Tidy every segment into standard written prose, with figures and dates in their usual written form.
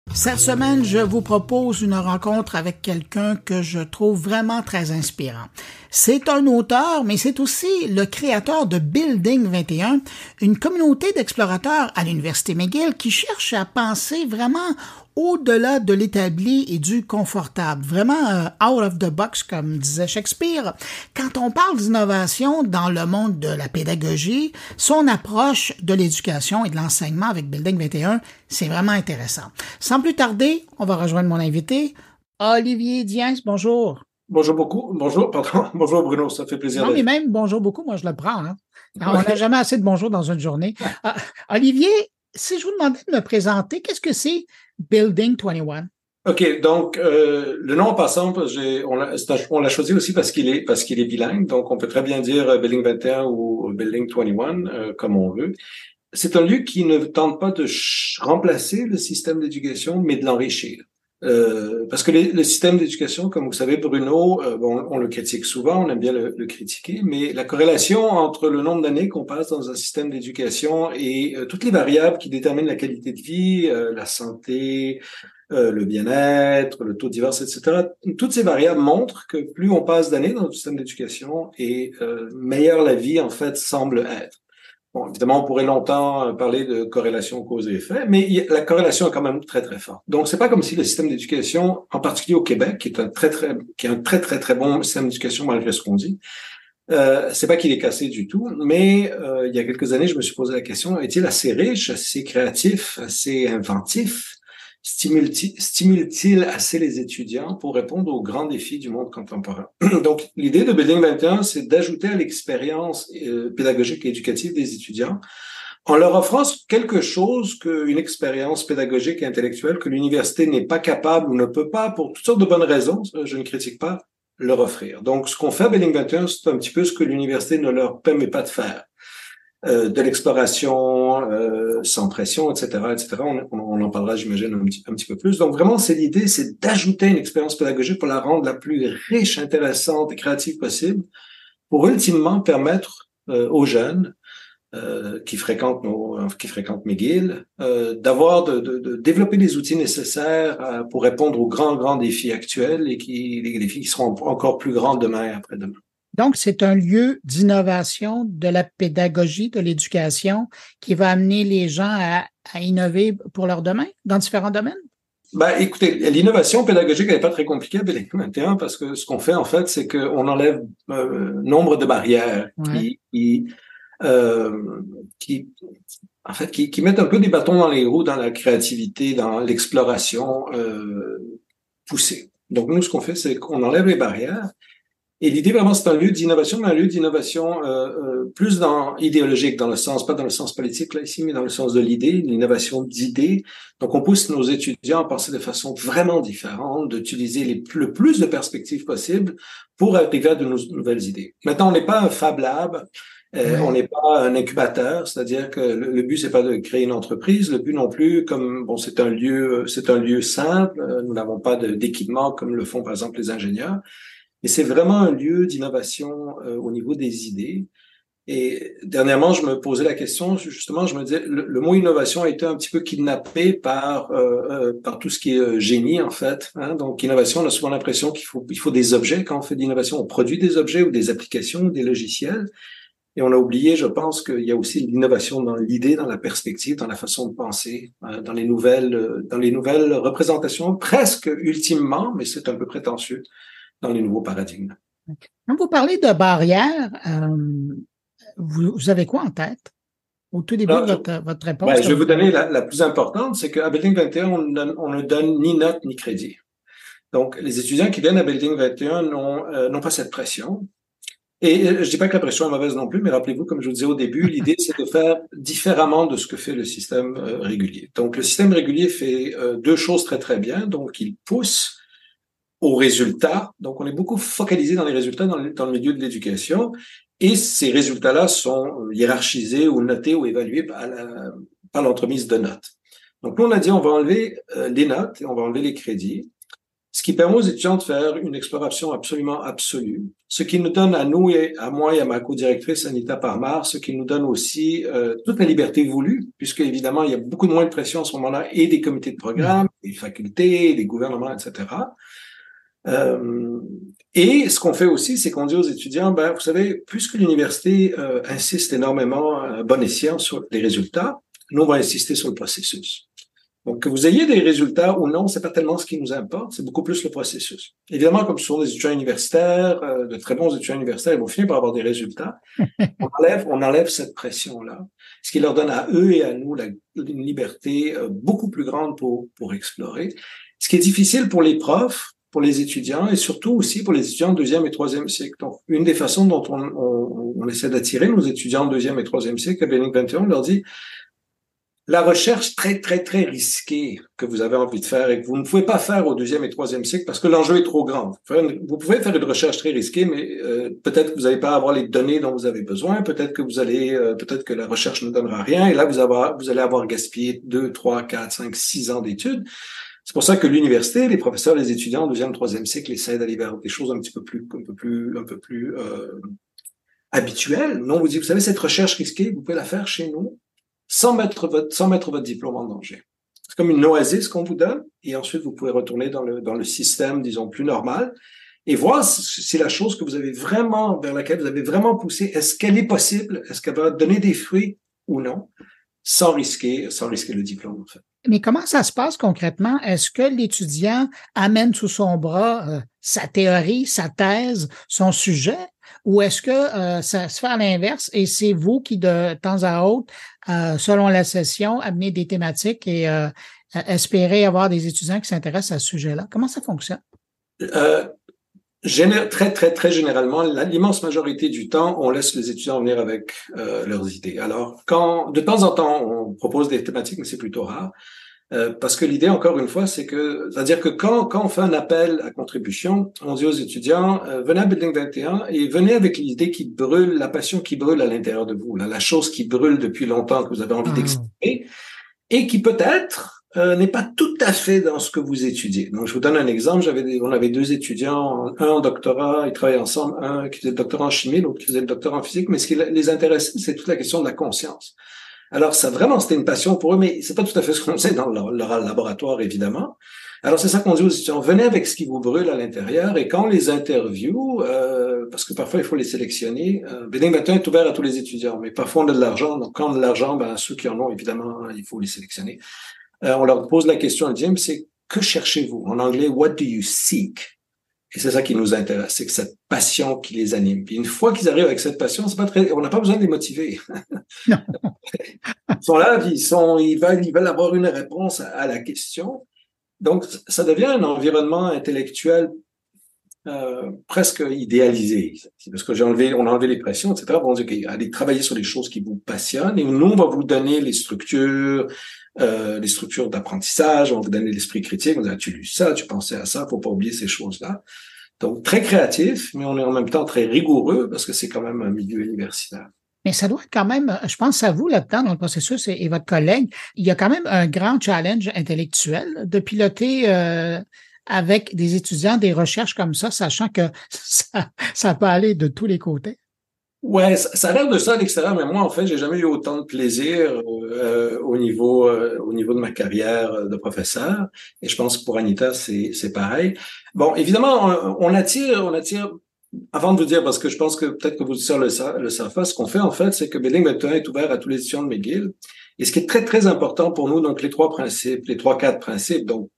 Cette semaine, je vous propose une rencontre avec quelqu'un que je trouve vraiment très inspirant. C'est un auteur, mais c'est aussi le créateur de Building 21, une communauté d'explorateurs à l'Université McGill qui cherche à penser vraiment au-delà de l'établi et du confortable, vraiment out of the box, comme disait Shakespeare. Quand on parle d'innovation dans le monde de la pédagogie, son approche de l'éducation et de l'enseignement avec Building 21, c'est vraiment intéressant. Sans plus tarder, on va rejoindre mon invité, Olivier Diens. Bonjour. Bonjour beaucoup. Bonjour, pardon. Bonjour Bruno, ça fait plaisir. Non, mais même bonjour beaucoup, moi je le prends. Hein? On n'a jamais assez de bonjour dans une journée. Olivier, si je vous demandais de me présenter, qu'est-ce que c'est Building 21? OK, donc le nom en passant, on l'a choisi aussi parce qu'il est bilingue, donc on peut très bien dire Building 21 ou Building 21 comme on veut. C'est un lieu qui ne tente pas de remplacer le système d'éducation, mais de l'enrichir. Parce que le système d'éducation, comme vous savez, Bruno, on le critique souvent, on aime bien le critiquer, mais la corrélation entre le nombre d'années qu'on passe dans un système d'éducation et toutes les variables qui déterminent la qualité de vie, la santé, le bien-être, le taux de divorce, etc., toutes ces variables montrent que plus on passe d'années dans le système d'éducation et meilleure la vie, en fait, semble être. Bon, évidemment, on pourrait longtemps parler de corrélation cause et effet, mais la corrélation est quand même très, très forte. Donc, c'est pas comme si le système d'éducation, en particulier au Québec, qui est un très, très bon système d'éducation malgré ce qu'on dit, c'est pas qu'il est cassé du tout, mais il y a quelques années, je me suis posé la question, est-il assez riche, assez créatif, assez inventif? Stimule-t-il assez les étudiants pour répondre aux grands défis du monde contemporain? Donc, l'idée de Building 21, c'est d'ajouter à l'expérience pédagogique et éducative des étudiants en leur offrant quelque chose qu'une expérience pédagogique et intellectuelle que l'université n'est pas capable ou ne peut pas, pour toutes sortes de bonnes raisons, je ne critique pas, leur offrir. Donc, ce qu'on fait à Building 21, c'est un petit peu ce que l'université ne leur permet pas de faire. De l'exploration sans pression, etc., etc. On en parlera, j'imagine, un petit peu plus. Donc, vraiment, c'est l'idée, c'est d'ajouter une expérience pédagogique pour la rendre la plus riche, intéressante et créative possible, pour ultimement permettre aux jeunes qui fréquentent McGill, de développer les outils nécessaires pour répondre aux grands défis actuels et les défis qui seront encore plus grands demain et après-demain. Donc, c'est un lieu d'innovation de la pédagogie, de l'éducation, qui va amener les gens à innover pour leur domaine, dans différents domaines? Ben, écoutez, l'innovation pédagogique, elle n'est pas très compliquée à Building 21 parce que ce qu'on fait, en fait, c'est qu'on enlève nombre de barrières qui mettent un peu des bâtons dans les roues dans la créativité, dans l'exploration poussée. Donc, nous, ce qu'on fait, c'est qu'on enlève les barrières. Et l'idée, vraiment, c'est un lieu d'innovation, mais un lieu d'innovation plus idéologique, dans le sens, pas dans le sens politique, là, ici, mais dans le sens de l'idée, l'innovation d'idées. Donc, on pousse nos étudiants à penser de façon vraiment différente, d'utiliser le plus de perspectives possibles pour arriver à de nouvelles idées. Maintenant, on n'est pas un Fab Lab, on n'est pas un incubateur, c'est-à-dire que le but, c'est pas de créer une entreprise. Le but non plus, c'est un lieu simple. Nous n'avons pas d'équipement comme le font, par exemple, les ingénieurs. Et c'est vraiment un lieu d'innovation au niveau des idées. Et dernièrement, je me posais la question, justement, je me disais, le mot innovation a été un petit peu kidnappé par tout ce qui est génie, en fait. Hein? Donc, innovation, on a souvent l'impression qu'il faut des objets. Quand on fait de l'innovation, on produit des objets ou des applications, des logiciels. Et on a oublié, je pense, qu'il y a aussi l'innovation dans l'idée, dans la perspective, dans la façon de penser, dans les nouvelles représentations, presque ultimement, mais c'est un peu prétentieux, dans les nouveaux paradigmes. Quand vous parlez de barrières, vous avez quoi en tête au tout début de votre réponse? Je vais vous donner la plus importante, c'est qu'à Building 21, on ne donne ni notes ni crédit. Donc, les étudiants qui viennent à Building 21 n'ont pas cette pression. Et je dis pas que la pression est mauvaise non plus, mais rappelez-vous, comme je vous disais au début, l'idée, c'est de faire différemment de ce que fait le système régulier. Donc, le système régulier fait deux choses très, très bien. Donc, il pousse aux résultats. Donc, on est beaucoup focalisé dans les résultats dans le milieu de l'éducation. Et ces résultats-là sont hiérarchisés ou notés ou évalués par l'entremise de notes. Donc, nous, on a dit, on va enlever les notes et on va enlever les crédits. ce qui permet aux étudiants de faire une exploration absolument absolue, ce qui nous donne à nous, et à moi et à ma co-directrice Anita Parmar, ce qui nous donne aussi toute la liberté voulue, puisque évidemment, il y a beaucoup de moins de pression à ce moment-là, et des comités de programme, des facultés, des gouvernements, etc. Et ce qu'on fait aussi, c'est qu'on dit aux étudiants, ben, vous savez, puisque l'université insiste énormément à bon escient sur les résultats, nous, on va insister sur le processus. Donc, que vous ayez des résultats ou non, c'est pas tellement ce qui nous importe, c'est beaucoup plus le processus. Évidemment, comme ce sont des étudiants universitaires, de très bons étudiants universitaires, ils vont finir par avoir des résultats. On enlève cette pression-là, ce qui leur donne à eux et à nous une liberté beaucoup plus grande pour explorer. Ce qui est difficile pour les profs, pour les étudiants et surtout aussi pour les étudiants de deuxième et troisième cycle. Donc, une des façons dont on essaie d'attirer nos étudiants de deuxième et troisième cycle à Billings 21, on leur dit la recherche très, très, très risquée que vous avez envie de faire et que vous ne pouvez pas faire au deuxième et troisième cycle parce que l'enjeu est trop grand. Vous pouvez faire une recherche très risquée, mais peut-être que vous n'allez pas avoir les données dont vous avez besoin, peut-être que la recherche ne donnera rien et là, vous allez avoir gaspillé 2, 3, 4, 5, 6 ans d'études. C'est pour ça que l'université, les professeurs, les étudiants en deuxième, troisième cycle essaient d'aller vers des choses un peu plus habituelles. Non, vous dites, vous savez, cette recherche risquée, vous pouvez la faire chez nous sans mettre votre diplôme en danger. C'est comme une oasis qu'on vous donne et ensuite vous pouvez retourner dans le système, disons, plus normal et voir si la chose que vous avez vraiment, vers laquelle vous avez vraiment poussé, est-ce qu'elle est possible? Est-ce qu'elle va donner des fruits ou non? Sans risquer le diplôme, en fait. Mais comment ça se passe concrètement? Est-ce que l'étudiant amène sous son bras sa théorie, sa thèse, son sujet, ou est-ce que ça se fait à l'inverse et c'est vous qui, de temps à autre, selon la session, amenez des thématiques et espérez avoir des étudiants qui s'intéressent à ce sujet-là? Comment ça fonctionne? Très, très, très généralement, l'immense majorité du temps, on laisse les étudiants venir avec leurs idées. Alors, de temps en temps, on propose des thématiques, mais c'est plutôt rare, parce que l'idée, encore une fois, c'est-à-dire que quand on fait un appel à contribution, on dit aux étudiants, venez à Building 21 et venez avec l'idée qui brûle, la passion qui brûle à l'intérieur de vous, la chose qui brûle depuis longtemps, que vous avez envie d'exprimer, et qui peut-être n'est pas tout à fait dans ce que vous étudiez. Donc, je vous donne un exemple. On avait 2 étudiants, un en doctorat, ils travaillaient ensemble, un qui faisait le doctorat en chimie, l'autre qui faisait le doctorat en physique, mais ce qui les intéressait, c'est toute la question de la conscience. Alors, c'était une passion pour eux, mais c'est pas tout à fait ce qu'on faisait dans leur laboratoire, évidemment. Alors, c'est ça qu'on dit aux étudiants, venez avec ce qui vous brûle à l'intérieur, et quand on les interviewe, parce que parfois il faut les sélectionner, Building 21 est ouvert à tous les étudiants, mais parfois on a de l'argent, donc quand on a de l'argent, ceux qui en ont, évidemment, il faut les sélectionner. On leur pose la question à Jim, c'est que cherchez-vous? En anglais, what do you seek? Et c'est ça qui nous intéresse, c'est que cette passion qui les anime. Puis une fois qu'ils arrivent avec cette passion, on n'a pas besoin de les motiver. Non. Ils sont là, puis ils veulent avoir une réponse à la question. Donc, ça devient un environnement intellectuel presque idéalisé. Parce que on a enlevé les pressions, etc. On dit, OK, allez travailler sur les choses qui vous passionnent et nous, on va vous donner les structures d'apprentissage, on va vous donner l'esprit critique, on va dire, tu lu ça, tu pensais à ça, faut pas oublier ces choses-là. Donc, très créatif, mais on est en même temps très rigoureux parce que c'est quand même un milieu universitaire. Mais ça doit être quand même, je pense à vous là-dedans dans le processus et votre collègue, il y a quand même un grand challenge intellectuel de piloter avec des étudiants des recherches comme ça, sachant que ça peut aller de tous les côtés. Ouais, ça a l'air de ça à l'extérieur, mais moi, en fait, j'ai jamais eu autant de plaisir au niveau de ma carrière de professeur. Et je pense que pour Anita, c'est pareil. Bon, évidemment, on attire. Avant de vous dire, parce que je pense que peut-être que vous le savez, ce qu'on fait en fait, c'est que Building 21 est ouvert à tous les étudiants de McGill. Et ce qui est très très important pour nous, donc les 4 principes, donc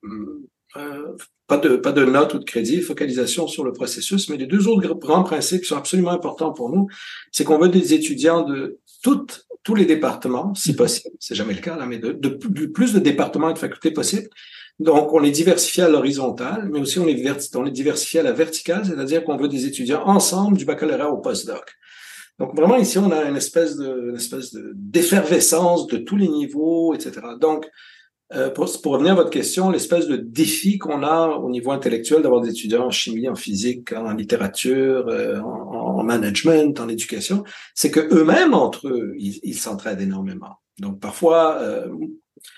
pas de notes ou de crédit, focalisation sur le processus, mais les 2 autres grands principes qui sont absolument importants pour nous, c'est qu'on veut des étudiants de tous les départements, si possible, c'est jamais le cas, là, mais de plus de départements et de facultés possibles. Donc, on est diversifié à l'horizontale, mais aussi on est diversifié à la verticale, c'est-à-dire qu'on veut des étudiants ensemble du baccalauréat au postdoc. Donc, vraiment, ici, on a une espèce d'effervescence de tous les niveaux, etc. Donc, pour revenir à votre question, l'espèce de défi qu'on a au niveau intellectuel d'avoir des étudiants en chimie, en physique, en littérature, en management, en éducation, c'est que eux-mêmes, entre eux, ils s'entraident énormément. Donc, parfois,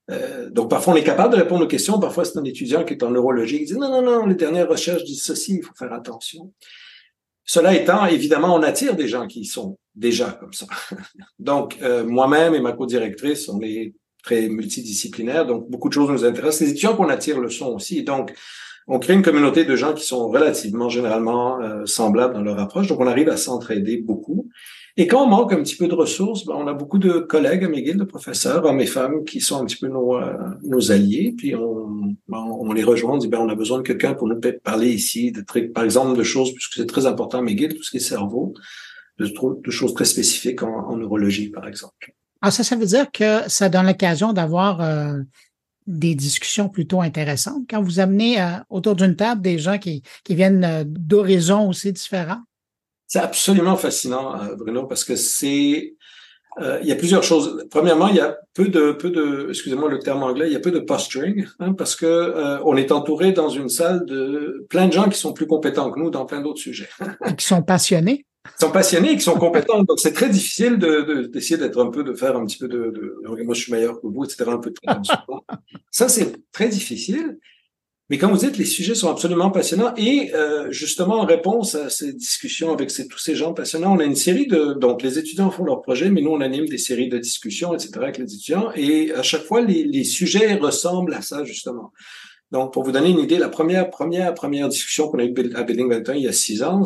Donc, parfois, on est capable de répondre aux questions. Parfois, c'est un étudiant qui est en neurologie qui dit non, les dernières recherches disent ceci, il faut faire attention. Cela étant, évidemment, on attire des gens qui sont déjà comme ça. Donc, moi-même et ma co-directrice, on est très multidisciplinaires, donc beaucoup de choses nous intéressent. Les étudiants qu'on attire le sont aussi. Donc, on crée une communauté de gens qui sont relativement, généralement, semblables dans leur approche. Donc, on arrive à s'entraider beaucoup. Et quand on manque un petit peu de ressources, on a beaucoup de collègues à McGill, de professeurs, hommes et femmes, qui sont un petit peu nos alliés. Puis on les rejoint, on dit, on a besoin de quelqu'un pour nous parler ici, par exemple, de choses, puisque c'est très important à McGill, tout ce qui est cerveau, de choses très spécifiques en neurologie, par exemple. Ah, ça veut dire que ça donne l'occasion d'avoir des discussions plutôt intéressantes quand vous amenez autour d'une table des gens qui viennent d'horizons aussi différents. C'est absolument fascinant, Bruno, parce que il y a plusieurs choses. Premièrement, il y a peu de, excusez-moi le terme anglais, il y a peu de posturing, parce que on est entouré dans une salle de plein de gens qui sont plus compétents que nous dans plein d'autres sujets. Et qui sont passionnés. Qui sont passionnés et qui sont compétents. Donc, c'est très difficile d'essayer de faire un petit peu moi, je suis meilleur que vous, etc., un peu de ça, c'est très difficile. Mais comme vous dites, les sujets sont absolument passionnants et justement en réponse à ces discussions avec tous ces gens passionnants, on a une série donc les étudiants font leurs projets, mais nous on anime des séries de discussions, etc. avec les étudiants et à chaque fois les sujets ressemblent à ça justement. Donc pour vous donner une idée, la première discussion qu'on a eue à Building 21 il y a 6 ans,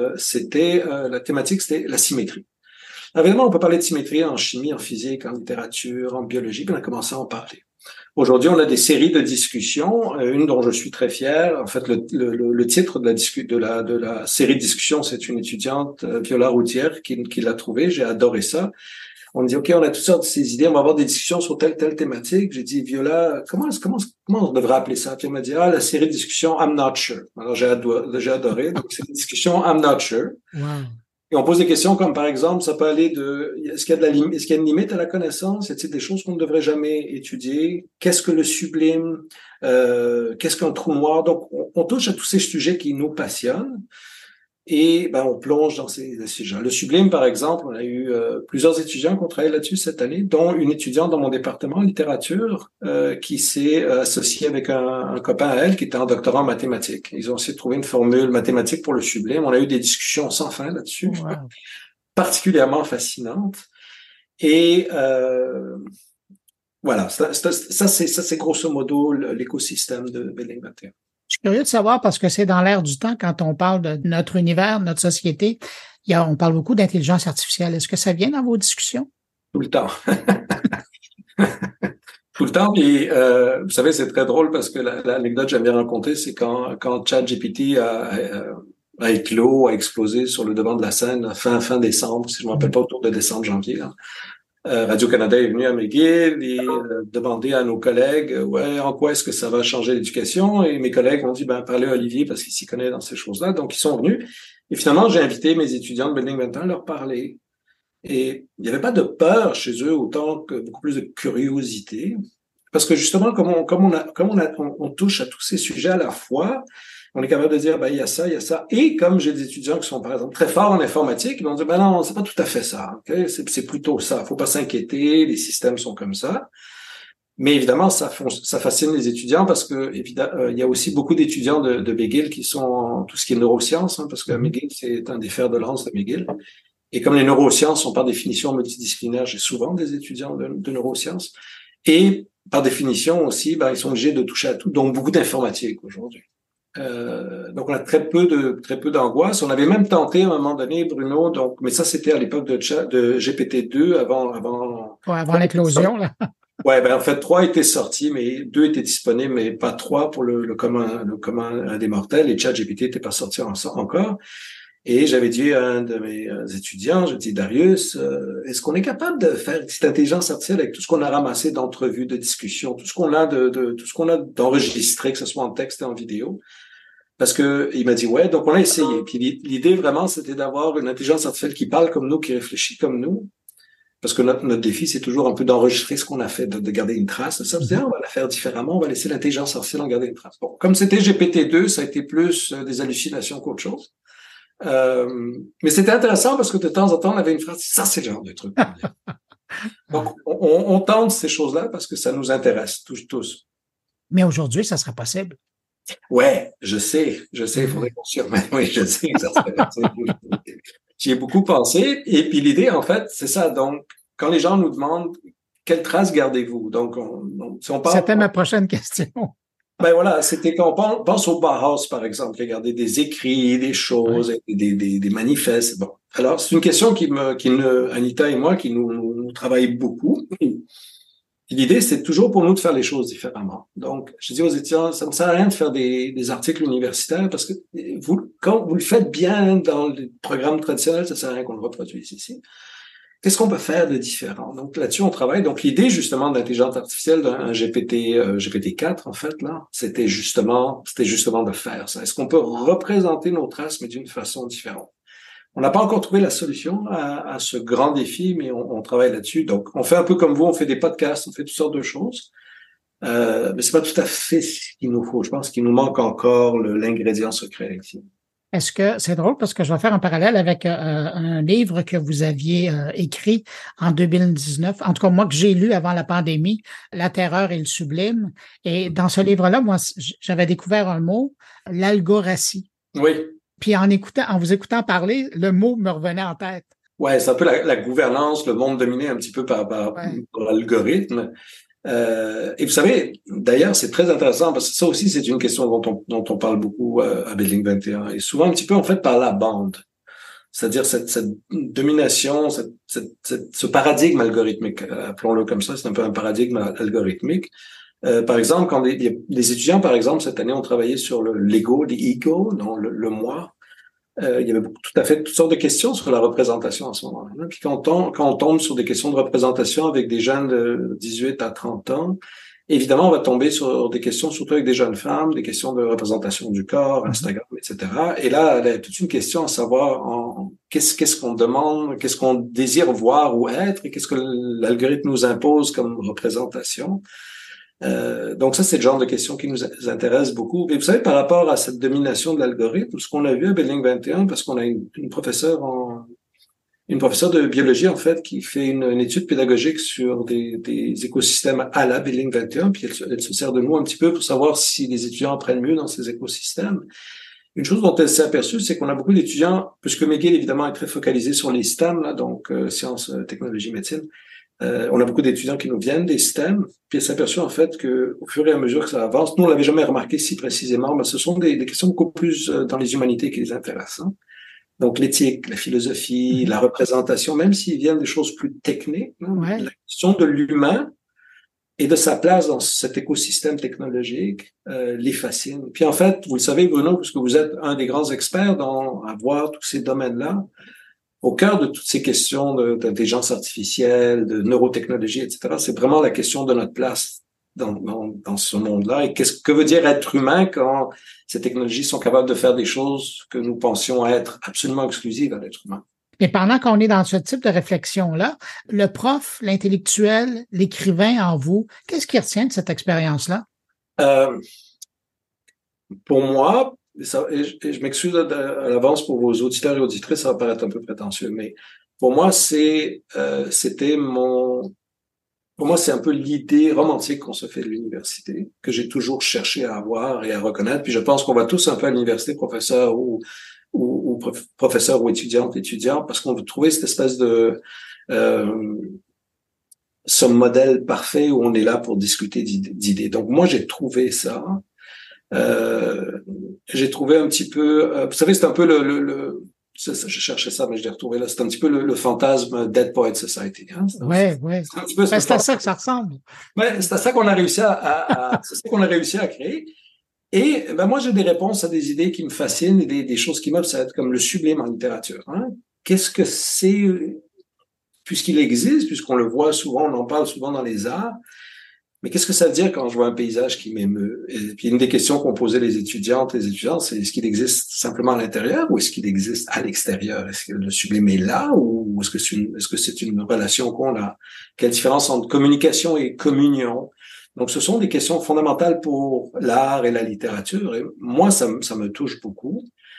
la thématique c'était la symétrie. Alors, évidemment, on peut parler de symétrie en chimie, en physique, en littérature, en biologie, puis on a commencé à en parler. Aujourd'hui, on a des séries de discussions, une dont je suis très fier. En fait, le titre de la série de discussions, c'est une étudiante, Viola Routière, qui l'a trouvé. J'ai adoré ça. On me dit, OK, on a toutes sortes de ces idées, on va avoir des discussions sur telle thématique. J'ai dit, Viola, comment on devrait appeler ça? Puis elle m'a dit, la série de discussions I'm Not Sure. Alors, j'ai adoré. Donc, c'est une discussion I'm Not Sure. Wow. Et on pose des questions comme, par exemple, ça peut aller est-ce qu'il y a une limite à la connaissance? Y a-t-il des choses qu'on ne devrait jamais étudier? Qu'est-ce que le sublime? Qu'est-ce qu'un trou noir? Donc, on touche à tous ces sujets qui nous passionnent et on plonge dans ces sujets. Le sublime, par exemple, on a eu plusieurs étudiants qui ont travaillé là-dessus cette année, dont une étudiante dans mon département en littérature qui s'est associée avec un copain à elle qui était en doctorat en mathématiques. Ils ont essayé de trouver une formule mathématique pour le sublime. On a eu des discussions sans fin là-dessus, particulièrement fascinantes. Et voilà, ça c'est grosso modo l'écosystème de Building 21. Je suis curieux de savoir parce que c'est dans l'air du temps quand on parle de notre univers, notre société. On parle beaucoup d'intelligence artificielle. Est-ce que ça vient dans vos discussions? Tout le temps. Tout le temps. Puis, vous savez, c'est très drôle parce que l'anecdote que j'aime bien raconter, c'est quand ChatGPT a éclos, a explosé sur le devant de la scène fin décembre, si je ne me rappelle pas, autour de décembre-janvier. Radio-Canada est venu à McGill et demandé à nos collègues en quoi est-ce que ça va changer l'éducation, et mes collègues ont dit parlez à Olivier parce qu'il s'y connaît dans ces choses-là, donc ils sont venus et finalement j'ai invité mes étudiants de Building 21 à leur parler et il n'y avait pas de peur chez eux autant que beaucoup plus de curiosité parce que justement comme on touche à tous ces sujets à la fois, on est capable de dire, il y a ça. Et comme j'ai des étudiants qui sont, par exemple, très forts en informatique, ils vont dire, non, c'est pas tout à fait ça. Okay? C'est plutôt ça. Faut pas s'inquiéter. Les systèmes sont comme ça. Mais évidemment, ça fascine les étudiants parce que, évidemment, il y a aussi beaucoup d'étudiants de McGill qui sont en tout ce qui est neurosciences, parce que McGill, c'est un des fers de lance de McGill. Et comme les neurosciences sont par définition multidisciplinaires, j'ai souvent des étudiants de neurosciences. Et par définition aussi, ils sont obligés de toucher à tout, donc beaucoup d'informatique aujourd'hui. Donc on a très peu d'angoisse. On avait même tenté à un moment donné, Bruno, mais ça c'était à l'époque de GPT-2 avant l'éclosion là. Ouais, en fait 3 étaient sortis, mais 2 étaient disponibles, mais pas 3 pour le commun des mortels. Et ChatGPT n'était pas sorti encore. Et j'avais dit à un de mes étudiants, je dis Darius, est-ce qu'on est capable de faire cette intelligence artificielle avec tout ce qu'on a ramassé d'entrevues, de discussions, tout ce qu'on a tout ce qu'on a d'enregistré, que ce soit en texte et en vidéo? Parce que il m'a dit ouais, donc on a essayé. Puis l'idée vraiment, c'était d'avoir une intelligence artificielle qui parle comme nous, qui réfléchit comme nous. Parce que notre défi, c'est toujours un peu d'enregistrer ce qu'on a fait, de garder une trace de ça. On va la faire différemment, on va laisser l'intelligence artificielle en garder une trace. Bon, comme c'était GPT-2, ça a été plus des hallucinations qu'autre chose. Mais c'était intéressant parce que de temps en temps, on avait une phrase, ça c'est le genre de truc. Donc, on tente ces choses-là parce que ça nous intéresse tous. Mais aujourd'hui, ça sera possible. Ouais, je sais, il faudrait qu'on s'y remette. Oui, je sais que ça serait possible. J'y ai beaucoup pensé. Et puis l'idée, en fait, c'est ça. Donc, quand les gens nous demandent quelle trace gardez-vous, donc si on parle, C'était ma prochaine question. ben voilà, c'était quand on pense au Bauhaus, par exemple, qui a gardé des écrits, des Ouais. choses, des manifestes. Bon, alors c'est une question Anita et moi, qui nous travaille beaucoup. L'idée, c'est toujours pour nous de faire les choses différemment. Donc, je dis aux étudiants, ça ne sert à rien de faire des articles universitaires parce que quand vous le faites bien dans le programme traditionnel, ça ne sert à rien qu'on le reproduise ici. Qu'est-ce qu'on peut faire de différent? Donc là-dessus, on travaille. Donc l'idée justement de l'intelligence artificielle, d'un GPT-4 en fait là, c'était justement de faire ça. Est-ce qu'on peut représenter nos traces mais d'une façon différente? On n'a pas encore trouvé la solution à ce grand défi, mais on travaille là-dessus. Donc on fait un peu comme vous, on fait des podcasts, on fait toutes sortes de choses. Mais c'est pas tout à fait ce qu'il nous faut. Je pense qu'il nous manque encore l'ingrédient secret ici. Est-ce que c'est drôle parce que je vais faire un parallèle avec un livre que vous aviez écrit en 2019, en tout cas moi que j'ai lu avant la pandémie, La terreur et le sublime. Et dans ce livre-là, moi, j'avais découvert un mot, l'algoratie. Oui. Puis en vous écoutant parler, le mot me revenait en tête. Ouais, c'est un peu la gouvernance, le monde dominé un petit peu Ouais. par l'algorithme. Et vous savez, d'ailleurs, c'est très intéressant parce que ça aussi, c'est une question dont on parle beaucoup à Building 21 et souvent un petit peu en fait par la bande. C'est-à-dire cette domination, ce paradigme algorithmique, appelons-le comme ça, c'est un peu un paradigme algorithmique. Par exemple, quand les étudiants, par exemple, cette année, ont travaillé sur l'ego, non, le moi. Il y avait tout à fait toutes sortes de questions sur la représentation à ce moment-là. Puis quand on tombe sur des questions de représentation avec des jeunes de 18 à 30 ans, évidemment, on va tomber sur des questions, surtout avec des jeunes femmes, des questions de représentation du corps, Instagram, etc. Et là, il y a toute une question à savoir qu'est-ce qu'on demande, qu'est-ce qu'on désire voir ou être, et qu'est-ce que l'algorithme nous impose comme représentation. Donc ça, c'est le genre de questions qui nous intéressent beaucoup. Et vous savez, par rapport à cette domination de l'algorithme, ce qu'on a vu à Building 21, parce qu'on a une professeure de biologie, en fait, qui fait une étude pédagogique sur des écosystèmes à la Building 21, puis elle se sert de nous un petit peu pour savoir si les étudiants apprennent mieux dans ces écosystèmes. Une chose dont elle s'est aperçue, c'est qu'on a beaucoup d'étudiants, puisque McGill, évidemment, est très focalisé sur les STEM, là, donc sciences, technologie, médecine. On a beaucoup d'étudiants qui nous viennent des STEM, puis elle s'est aperçue en fait que au fur et à mesure que ça avance, nous on l'avait jamais remarqué si précisément, mais ce sont des questions beaucoup plus dans les humanités qui les intéressent. Hein. Donc l'éthique, la philosophie, la représentation, même s'ils viennent des choses plus techniques, hein, Ouais. la question de l'humain et de sa place dans cet écosystème technologique les fascine. Puis en fait, vous le savez Bruno, puisque vous êtes un des grands experts à voir tous ces domaines-là, au cœur de toutes ces questions d'intelligence artificielle, de neurotechnologie, etc., c'est vraiment la question de notre place dans ce monde-là. Et que veut dire être humain quand ces technologies sont capables de faire des choses que nous pensions être absolument exclusives à l'être humain. Et pendant qu'on est dans ce type de réflexion-là, le prof, l'intellectuel, l'écrivain en vous, qu'est-ce qui retient de cette expérience-là? Pour moi, et je m'excuse à l'avance pour vos auditeurs et auditrices, ça va paraître un peu prétentieux, mais pour moi, pour moi, c'est un peu l'idée romantique qu'on se fait de l'université, que j'ai toujours cherché à avoir et à reconnaître. Puis je pense qu'on va tous un peu à l'université, professeur ou professeur ou étudiant, parce qu'on veut trouver cette espèce de ce modèle parfait où on est là pour discuter d'idées. Donc moi, j'ai trouvé ça. J'ai trouvé un petit peu, vous savez, c'est un peu je cherchais ça, mais je l'ai retrouvé là. C'est un petit peu le fantasme Dead Poet Society. Hein? Ouais. C'est un petit peu C'est à ça que ça ressemble. Ouais, c'est à ça qu'on a réussi c'est ça qu'on a réussi à créer. Et ben moi, j'ai des réponses à des idées qui me fascinent et des choses qui m'obsèdent, comme le sublime en littérature. Hein? Qu'est-ce que c'est, puisqu'il existe, puisqu'on le voit souvent, on en parle souvent dans les arts, mais qu'est-ce que ça veut dire quand je vois un paysage qui m'émeut? Et puis une des questions qu'ont posées les étudiantes et les étudiants, c'est est-ce qu'il existe simplement à l'intérieur ou est-ce qu'il existe à l'extérieur? Est-ce que le sublime est là ou est-ce que c'est une relation qu'on a? Quelle différence entre communication et communion? Donc ce sont des questions fondamentales pour l'art et la littérature. Et moi, ça me touche beaucoup.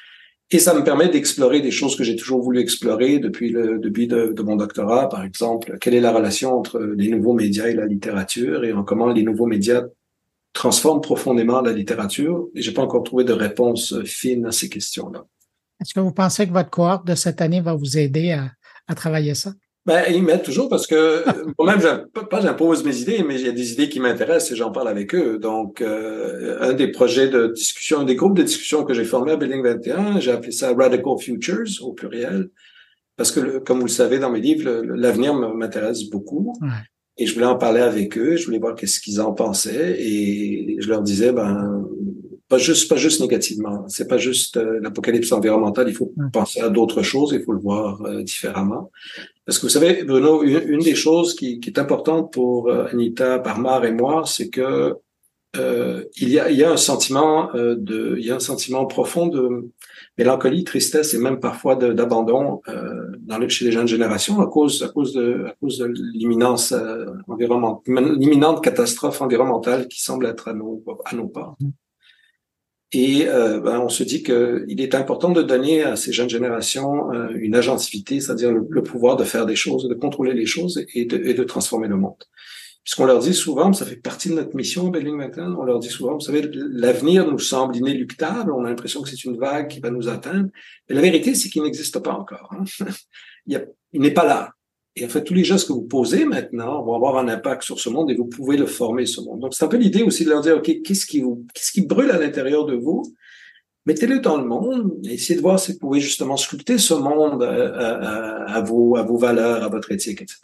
Et ça me permet d'explorer des choses que j'ai toujours voulu explorer depuis le début de mon doctorat, par exemple. Quelle est la relation entre les nouveaux médias et la littérature et en comment les nouveaux médias transforment profondément la littérature? Et j'ai pas encore trouvé de réponse fine à ces questions-là. Est-ce que vous pensez que votre cohorte de cette année va vous aider à travailler ça? Ben, ils m'aident toujours parce que moi-même, j'impose mes idées, mais il y a des idées qui m'intéressent et j'en parle avec eux. Donc, un des projets de discussion, un des groupes de discussion que j'ai formé à Building 21, j'ai appelé ça Radical Futures au pluriel, parce que, comme vous le savez dans mes livres, l'avenir m'intéresse beaucoup. Ouais. Et je voulais en parler avec eux, je voulais voir qu'est-ce qu'ils en pensaient, et je leur disais, pas juste négativement. C'est pas juste l'apocalypse environnementale. Il faut penser à d'autres choses. Il faut le voir différemment. Parce que vous savez, Bruno, une des choses qui est importante pour Anita Parmar et moi, c'est que il y a un sentiment il y a un sentiment profond de mélancolie, tristesse et même parfois d'abandon chez les jeunes générations à cause de l'imminence l'imminente catastrophe environnementale qui semble être à nos pas. Et on se dit qu'il est important de donner à ces jeunes générations une agentivité, c'est-à-dire le pouvoir de faire des choses, de contrôler les choses et de transformer le monde. Puisqu'on leur dit souvent, ça fait partie de notre mission à Building 21, on leur dit souvent, vous savez, l'avenir nous semble inéluctable, on a l'impression que c'est une vague qui va nous atteindre, mais la vérité, c'est qu'il n'existe pas encore. Hein. Il n'est pas là. Et en fait, tous les gestes que vous posez maintenant vont avoir un impact sur ce monde et vous pouvez le former, ce monde. Donc, c'est un peu l'idée aussi de leur dire, OK, qu'est-ce qui brûle à l'intérieur de vous? Mettez-le dans le monde et essayez de voir si vous pouvez justement sculpter ce monde à vos valeurs, à votre éthique, etc.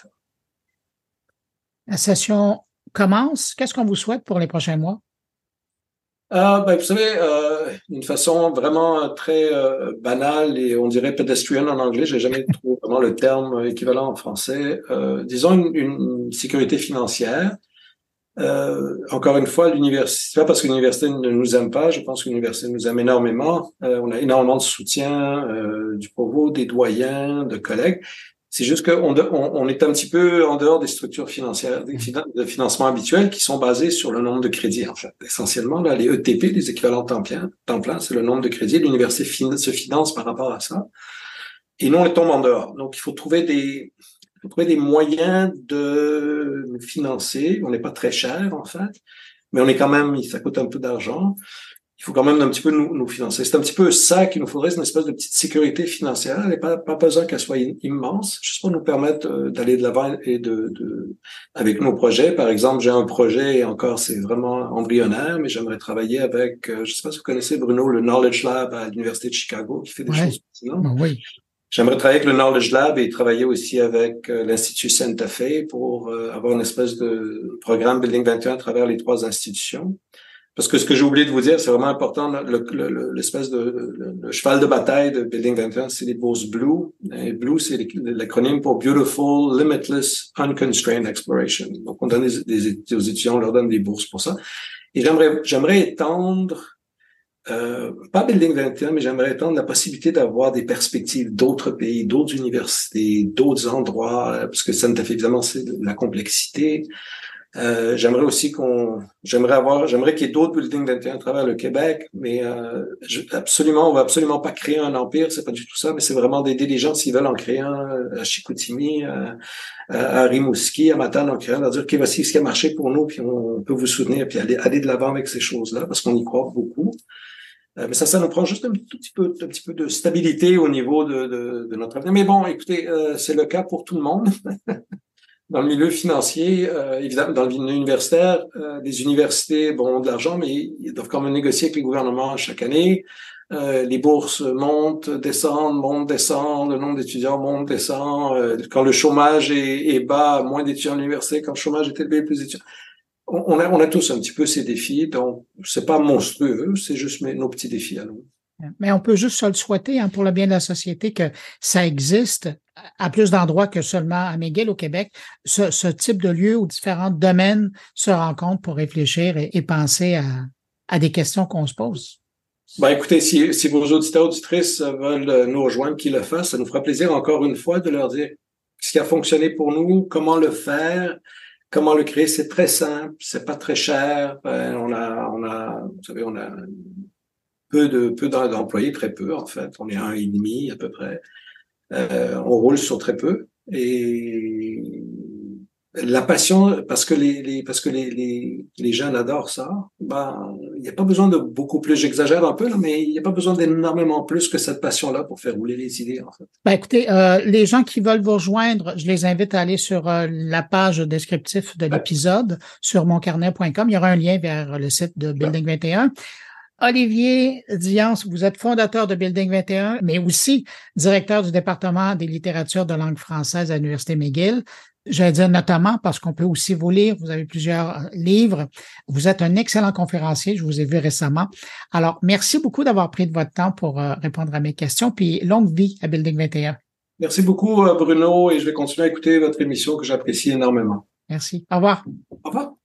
La session commence. Qu'est-ce qu'on vous souhaite pour les prochains mois? Vous savez, d'une façon vraiment très banale et on dirait pedestrian en anglais, j'ai jamais trouvé vraiment le terme équivalent en français. Disons une sécurité financière. Encore une fois, l'université, c'est pas parce que l'université ne nous aime pas, je pense que l'université nous aime énormément. On a énormément de soutien du provost, des doyens, de collègues. C'est juste qu'on est un petit peu en dehors des structures financières, de financement habituelles qui sont basées sur le nombre de crédits, en fait. Essentiellement, là, les ETP, les équivalents temps plein, c'est le nombre de crédits. L'université se finance par rapport à ça. Et nous, on tombe en dehors. Donc, il faut trouver des moyens de nous financer. On n'est pas très cher, en fait, mais on est quand même, ça coûte un peu d'argent. Il faut quand même un petit peu nous financer. C'est un petit peu ça qu'il nous faudrait, c'est une espèce de petite sécurité financière. Elle n'est pas besoin qu'elle soit immense, juste pour nous permettre d'aller de l'avant et avec nos projets. Par exemple, j'ai un projet, et encore, c'est vraiment embryonnaire, mais j'aimerais travailler avec, je sais pas si vous connaissez, Bruno, le Knowledge Lab à l'Université de Chicago, qui fait des choses fascinantes. Oui. J'aimerais travailler avec le Knowledge Lab et travailler aussi avec l'Institut Santa Fe pour avoir une espèce de programme Building 21 à travers les 3 institutions. Parce que ce que j'ai oublié de vous dire, c'est vraiment important, l'espèce le cheval de bataille de Building 21, c'est les bourses Blue. Et Blue, c'est l'acronyme pour Beautiful, Limitless, Unconstrained Exploration. Donc, on donne aux étudiants, on leur donne des bourses pour ça. Et j'aimerais étendre, pas Building 21, mais j'aimerais étendre la possibilité d'avoir des perspectives d'autres pays, d'autres universités, d'autres endroits, parce que Santa Fe, évidemment, c'est la complexité. J'aimerais aussi j'aimerais qu'il y ait d'autres Building 21 à travers le Québec, mais on va absolument pas créer un empire, c'est pas du tout ça, mais c'est vraiment d'aider les gens s'ils veulent en créer un à Chicoutimi, à Rimouski, à Matane, en créant, leur dire OK, voici ce qui a marché pour nous, puis on peut vous soutenir, puis aller de l'avant avec ces choses-là, parce qu'on y croit beaucoup. Mais ça nous prend juste un petit peu de stabilité au niveau de notre avenir. Mais bon, écoutez, c'est le cas pour tout le monde. Dans le milieu financier, évidemment, dans le milieu universitaire, les universités ont de l'argent, mais ils doivent quand même négocier avec les gouvernements chaque année. Les bourses montent, descendent, le nombre d'étudiants monte, descend. Quand le chômage est bas, moins d'étudiants à l'université. Quand le chômage est élevé, plus d'étudiants. On a tous un petit peu ces défis, donc c'est pas monstrueux, c'est juste nos petits défis à nous. Mais on peut juste se le souhaiter pour le bien de la société que ça existe à plus d'endroits que seulement à McGill au Québec, ce type de lieu où différents domaines se rencontrent pour réfléchir et penser à des questions qu'on se pose. Écoutez, si vos auditeurs auditrices veulent nous rejoindre, qu'ils le fassent, ça nous fera plaisir encore une fois de leur dire ce qui a fonctionné pour nous, comment le faire, comment le créer. C'est très simple, c'est pas très cher. Vous savez, on a peu d'employés, très peu en fait. On est 1,5 à peu près. On roule sur très peu et la passion, parce que les jeunes adorent ça, ben, il n'y a pas besoin de beaucoup plus, j'exagère un peu, là, mais il n'y a pas besoin d'énormément plus que cette passion-là pour faire rouler les idées, en fait. Ben, écoutez, les gens qui veulent vous rejoindre, je les invite à aller sur la page descriptive de l'épisode sur moncarnet.com. Il y aura un lien vers le site de Building 21. Olivier Diance, vous êtes fondateur de Building 21, mais aussi directeur du département des littératures de langue française à l'Université McGill. J'allais dire notamment parce qu'on peut aussi vous lire. Vous avez plusieurs livres. Vous êtes un excellent conférencier. Je vous ai vu récemment. Alors, merci beaucoup d'avoir pris de votre temps pour répondre à mes questions. Puis, longue vie à Building 21. Merci beaucoup, Bruno, et je vais continuer à écouter votre émission que j'apprécie énormément. Merci. Au revoir. Au revoir.